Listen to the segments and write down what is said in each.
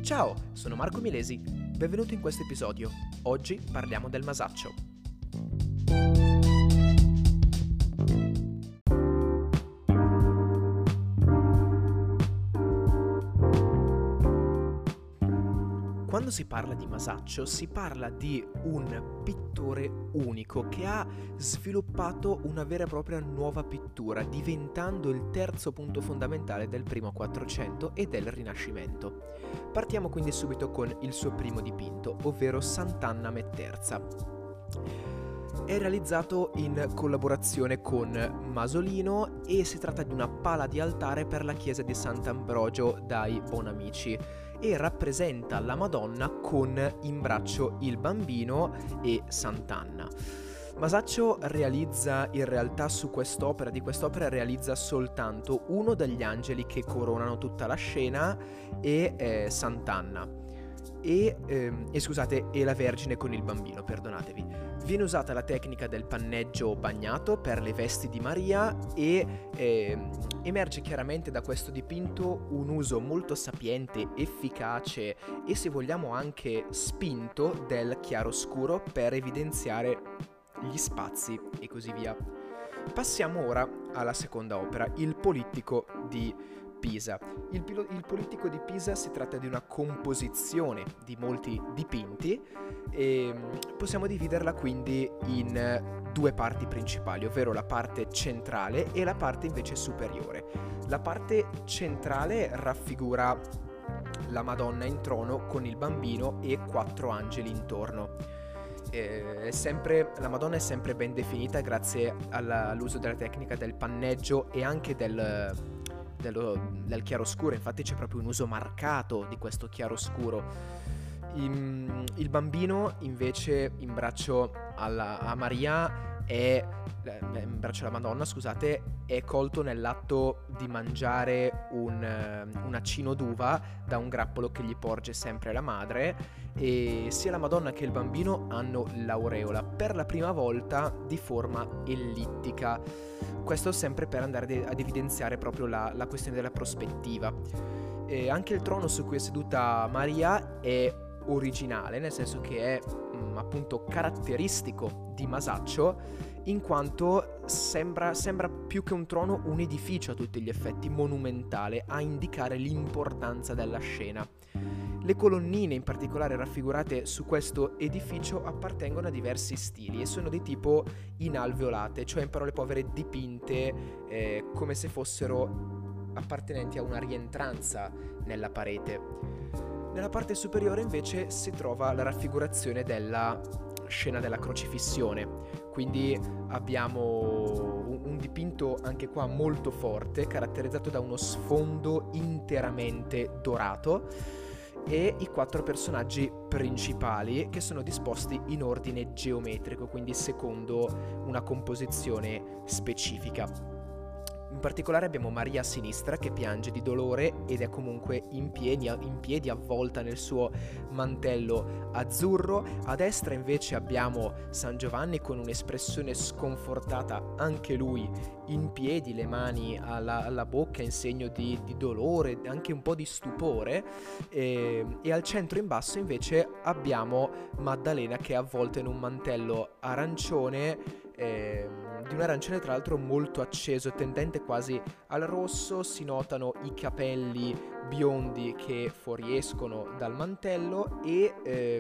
Ciao, sono Marco Milesi, benvenuto in questo episodio. Oggi parliamo del masaccio. Quando si parla di masaccio si parla di un pittore unico che ha sviluppato una vera e propria nuova pittura, diventando il terzo punto fondamentale del primo Quattrocento e del Rinascimento. Partiamo quindi subito con il suo primo dipinto, ovvero Sant'Anna Metterza. È realizzato in collaborazione con Masolino e si tratta di una pala di altare per la chiesa di Sant'Ambrogio dai Bonamici e rappresenta la Madonna con in braccio il bambino e Sant'Anna. Masaccio realizza in realtà di quest'opera realizza soltanto uno degli angeli che coronano tutta la scena e Sant'Anna e la Vergine con il bambino, perdonatevi. Viene usata la tecnica del panneggio bagnato per le vesti di Maria e emerge chiaramente da questo dipinto un uso molto sapiente, efficace e, se vogliamo, anche spinto del chiaroscuro per evidenziare gli spazi e così via. Passiamo ora alla seconda opera, il Polittico di Pisa. Il Polittico di Pisa si tratta di una composizione di molti dipinti e possiamo dividerla quindi in due parti principali, ovvero la parte centrale e la parte invece superiore. La parte centrale raffigura la Madonna in trono con il bambino e 4 angeli intorno. La Madonna è sempre ben definita grazie all'uso della tecnica del panneggio e anche del chiaroscuro. Infatti c'è proprio un uso marcato di questo chiaroscuro. Il bambino invece in braccio a Maria in braccio alla Madonna, è colto nell'atto di mangiare un acino d'uva da un grappolo che gli porge sempre la madre, e sia la Madonna che il bambino hanno l'aureola per la prima volta di forma ellittica. Questo sempre per andare ad evidenziare proprio la questione della prospettiva. Anche il trono su cui è seduta Maria è originale, nel senso che è appunto caratteristico di Masaccio, in quanto sembra più che un trono un edificio a tutti gli effetti, monumentale, a indicare l'importanza della scena. Le colonnine in particolare raffigurate su questo edificio appartengono a diversi stili e sono di tipo inalveolate, cioè in parole povere dipinte come se fossero appartenenti a una rientranza nella parete. Nella parte superiore invece si trova la raffigurazione della scena della crocifissione, quindi abbiamo un dipinto anche qua molto forte, caratterizzato da uno sfondo interamente dorato e i 4 personaggi principali che sono disposti in ordine geometrico, quindi secondo una composizione specifica. In particolare abbiamo Maria a sinistra che piange di dolore ed è comunque in piedi avvolta nel suo mantello azzurro. A destra invece abbiamo San Giovanni con un'espressione sconfortata, anche lui in piedi, le mani alla bocca in segno di dolore, anche un po' di stupore, e al centro in basso invece abbiamo Maddalena che è avvolta in un mantello arancione, di un arancione tra l'altro molto acceso, tendente quasi al rosso. Si notano i capelli biondi che fuoriescono dal mantello ed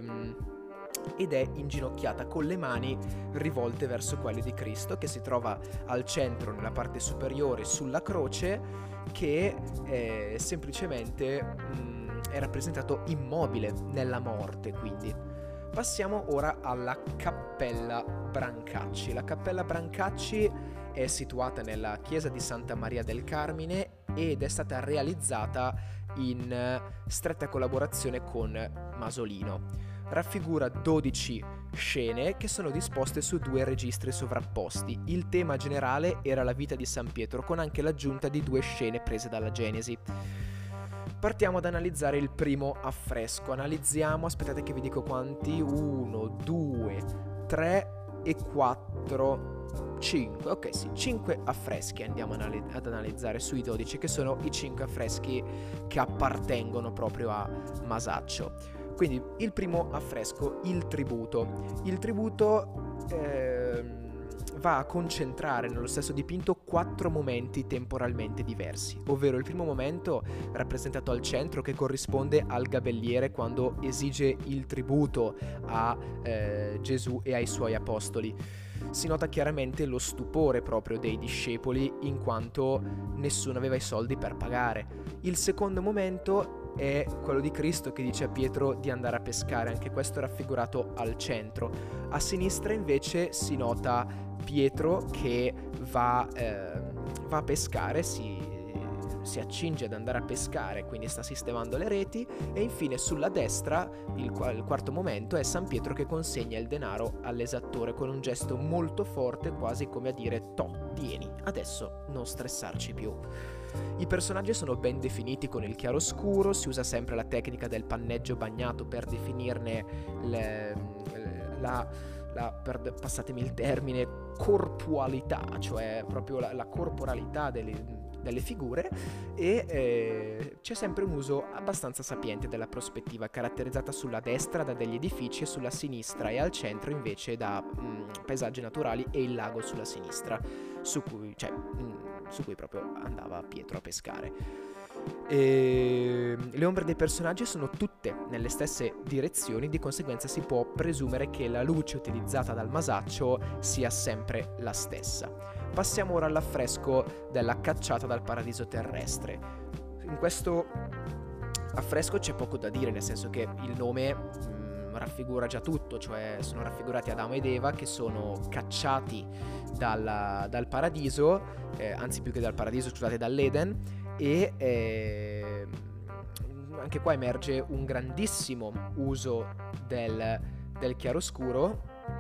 è inginocchiata con le mani rivolte verso quelle di Cristo, che si trova al centro nella parte superiore sulla croce, che semplicemente è rappresentato immobile nella morte. Quindi passiamo ora alla Cappella Brancacci. La Cappella Brancacci è situata nella chiesa di Santa Maria del Carmine ed è stata realizzata in stretta collaborazione con Masolino. Raffigura 12 scene che sono disposte su 2 registri sovrapposti. Il tema generale era la vita di San Pietro, con anche l'aggiunta di 2 scene prese dalla Genesi. Partiamo ad analizzare il primo affresco. Aspettate che vi dico quanti: 1, 2, 3 e 4 5, ok sì, 5 affreschi andiamo ad analizzare sui 12, che sono i 5 affreschi che appartengono proprio a Masaccio. Quindi il primo affresco, il tributo. Il tributo va a concentrare nello stesso dipinto 4 momenti temporalmente diversi, ovvero il primo momento rappresentato al centro, che corrisponde al gabelliere quando esige il tributo a Gesù e ai suoi apostoli. Si nota chiaramente lo stupore proprio dei discepoli, in quanto nessuno aveva i soldi per pagare. Il secondo momento è quello di Cristo che dice a Pietro di andare a pescare, anche questo raffigurato al centro. A sinistra invece si nota Pietro che va a pescare, si accinge ad andare a pescare, quindi sta sistemando le reti, e infine sulla destra il quarto momento è San Pietro che consegna il denaro all'esattore con un gesto molto forte, quasi come a dire: toh, tieni, adesso non stressarci più. I personaggi sono ben definiti con il chiaroscuro, si usa sempre la tecnica del panneggio bagnato per definirne passatemi il termine, corpualità, cioè proprio la corporalità delle figure, e c'è sempre un uso abbastanza sapiente della prospettiva, caratterizzata sulla destra da degli edifici e sulla sinistra, e al centro invece da paesaggi naturali e il lago sulla sinistra, su cui proprio andava Pietro a pescare. Le ombre dei personaggi sono tutte nelle stesse direzioni, di conseguenza si può presumere che la luce utilizzata dal Masaccio sia sempre la stessa. Passiamo ora all'affresco della cacciata dal paradiso terrestre. In questo affresco c'è poco da dire, nel senso che il nome raffigura già tutto, cioè sono raffigurati Adamo ed Eva che sono cacciati dal paradiso, anzi più che dal paradiso, scusate, dall'Eden, e anche qua emerge un grandissimo uso del chiaroscuro,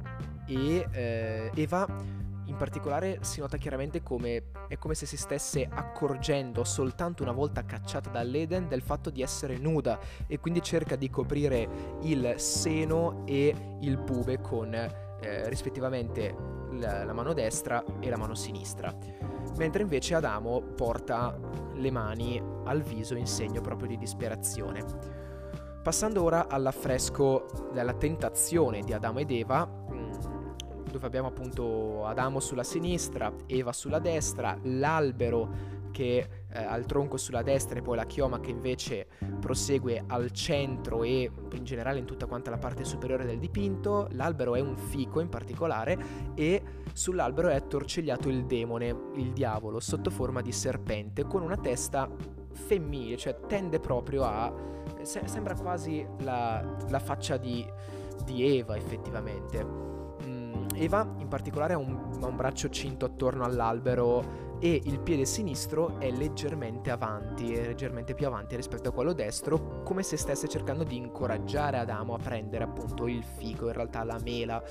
e Eva in particolare si nota chiaramente come è come se si stesse accorgendo soltanto una volta cacciata dall'Eden del fatto di essere nuda, e quindi cerca di coprire il seno e il pube con rispettivamente la mano destra e la mano sinistra, mentre invece Adamo porta le mani al viso in segno proprio di disperazione. Passando ora all'affresco della tentazione di Adamo ed Eva, dove abbiamo appunto Adamo sulla sinistra, Eva sulla destra, l'albero che ha il tronco sulla destra e poi la chioma che invece prosegue al centro e in generale in tutta quanta la parte superiore del dipinto. L'albero è un fico in particolare, e sull'albero è attorcigliato il demone, il diavolo, sotto forma di serpente, con una testa femminile, cioè tende proprio a... sembra quasi la faccia di Eva effettivamente. Eva in particolare ha un braccio cinto attorno all'albero, e il piede sinistro è leggermente più avanti rispetto a quello destro, come se stesse cercando di incoraggiare Adamo a prendere appunto il fico, in realtà la mela.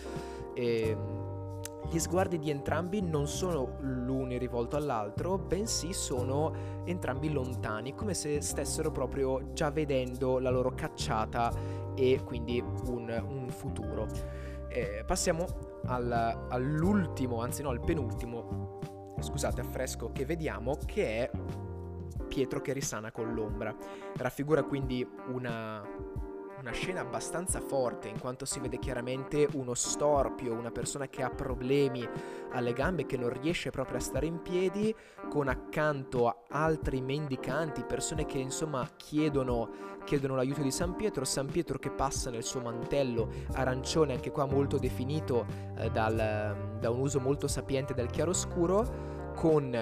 Gli sguardi di entrambi non sono l'uno rivolto all'altro, bensì sono entrambi lontani, come se stessero proprio già vedendo la loro cacciata e quindi un futuro. Passiamo all'ultimo, anzi no, al penultimo, scusate, affresco che vediamo, che è Pietro che risana con l'ombra. Raffigura quindi una scena abbastanza forte, in quanto si vede chiaramente uno storpio, una persona che ha problemi alle gambe, che non riesce proprio a stare in piedi, con accanto altri mendicanti, persone che insomma chiedono l'aiuto di San Pietro che passa nel suo mantello arancione, anche qua molto definito da un uso molto sapiente del chiaroscuro, con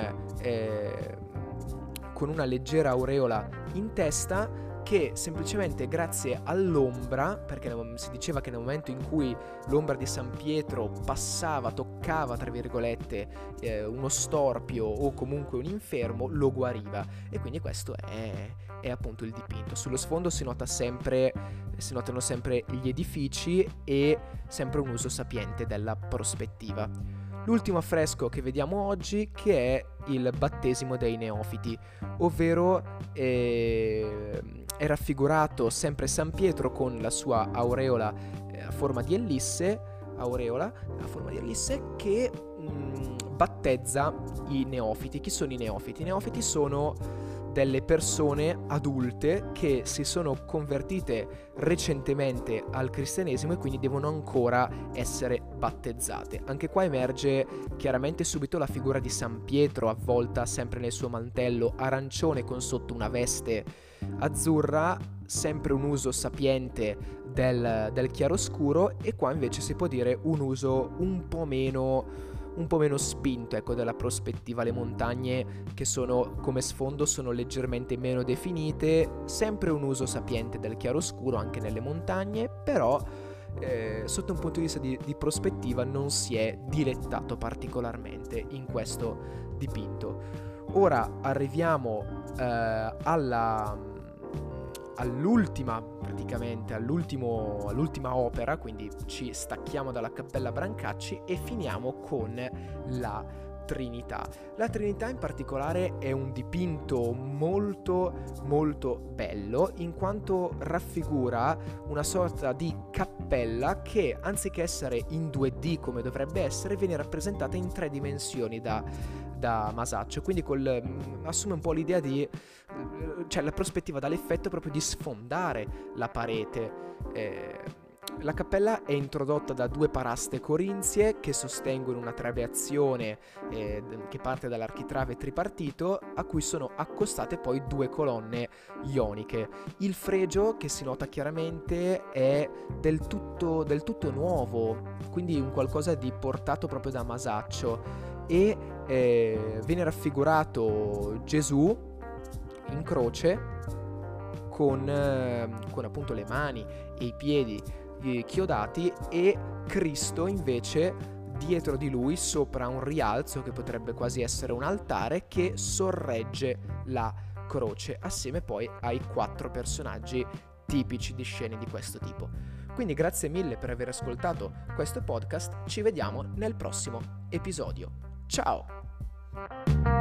una leggera aureola in testa, che semplicemente grazie all'ombra, perché si diceva che nel momento in cui l'ombra di San Pietro toccava tra virgolette uno storpio o comunque un infermo, lo guariva, e quindi questo è appunto il dipinto. Sullo sfondo si notano sempre gli edifici e sempre un uso sapiente della prospettiva. L'ultimo affresco che vediamo oggi, che è il battesimo dei neofiti, ovvero è raffigurato sempre San Pietro con la sua aureola a forma di ellisse aureola a forma di ellisse, che battezza i neofiti. Chi sono i neofiti? I neofiti sono delle persone adulte che si sono convertite recentemente al cristianesimo e quindi devono ancora essere battezzate. Anche qua emerge chiaramente subito la figura di San Pietro, avvolta sempre nel suo mantello arancione con sotto una veste azzurra, sempre un uso sapiente del chiaroscuro, e qua invece si può dire un uso un po' meno spinto, ecco, della prospettiva. Le montagne che sono come sfondo sono leggermente meno definite, sempre un uso sapiente del chiaroscuro anche nelle montagne, però sotto un punto di vista di prospettiva non si è dilettato particolarmente in questo dipinto. Ora arriviamo all'ultima opera, quindi ci stacchiamo dalla Cappella Brancacci e finiamo con la Trinità. La Trinità in particolare è un dipinto molto molto bello, in quanto raffigura una sorta di cappella che, anziché essere in 2D come dovrebbe essere, viene rappresentata in 3 dimensioni da Masaccio, quindi assume un po' l'idea di, cioè la prospettiva dall'effetto proprio di sfondare la parete. La cappella è introdotta da 2 paraste corinzie che sostengono una trabeazione che parte dall'architrave tripartito, a cui sono accostate poi 2 colonne ioniche. Il fregio, che si nota chiaramente, è del tutto nuovo, quindi un qualcosa di portato proprio da Masaccio, e viene raffigurato Gesù in croce con appunto le mani e i piedi chiodati, e Cristo invece dietro di lui, sopra un rialzo che potrebbe quasi essere un altare, che sorregge la croce, assieme poi ai 4 personaggi tipici di scene di questo tipo. Quindi grazie mille per aver ascoltato questo podcast, ci vediamo nel prossimo episodio. Ciao!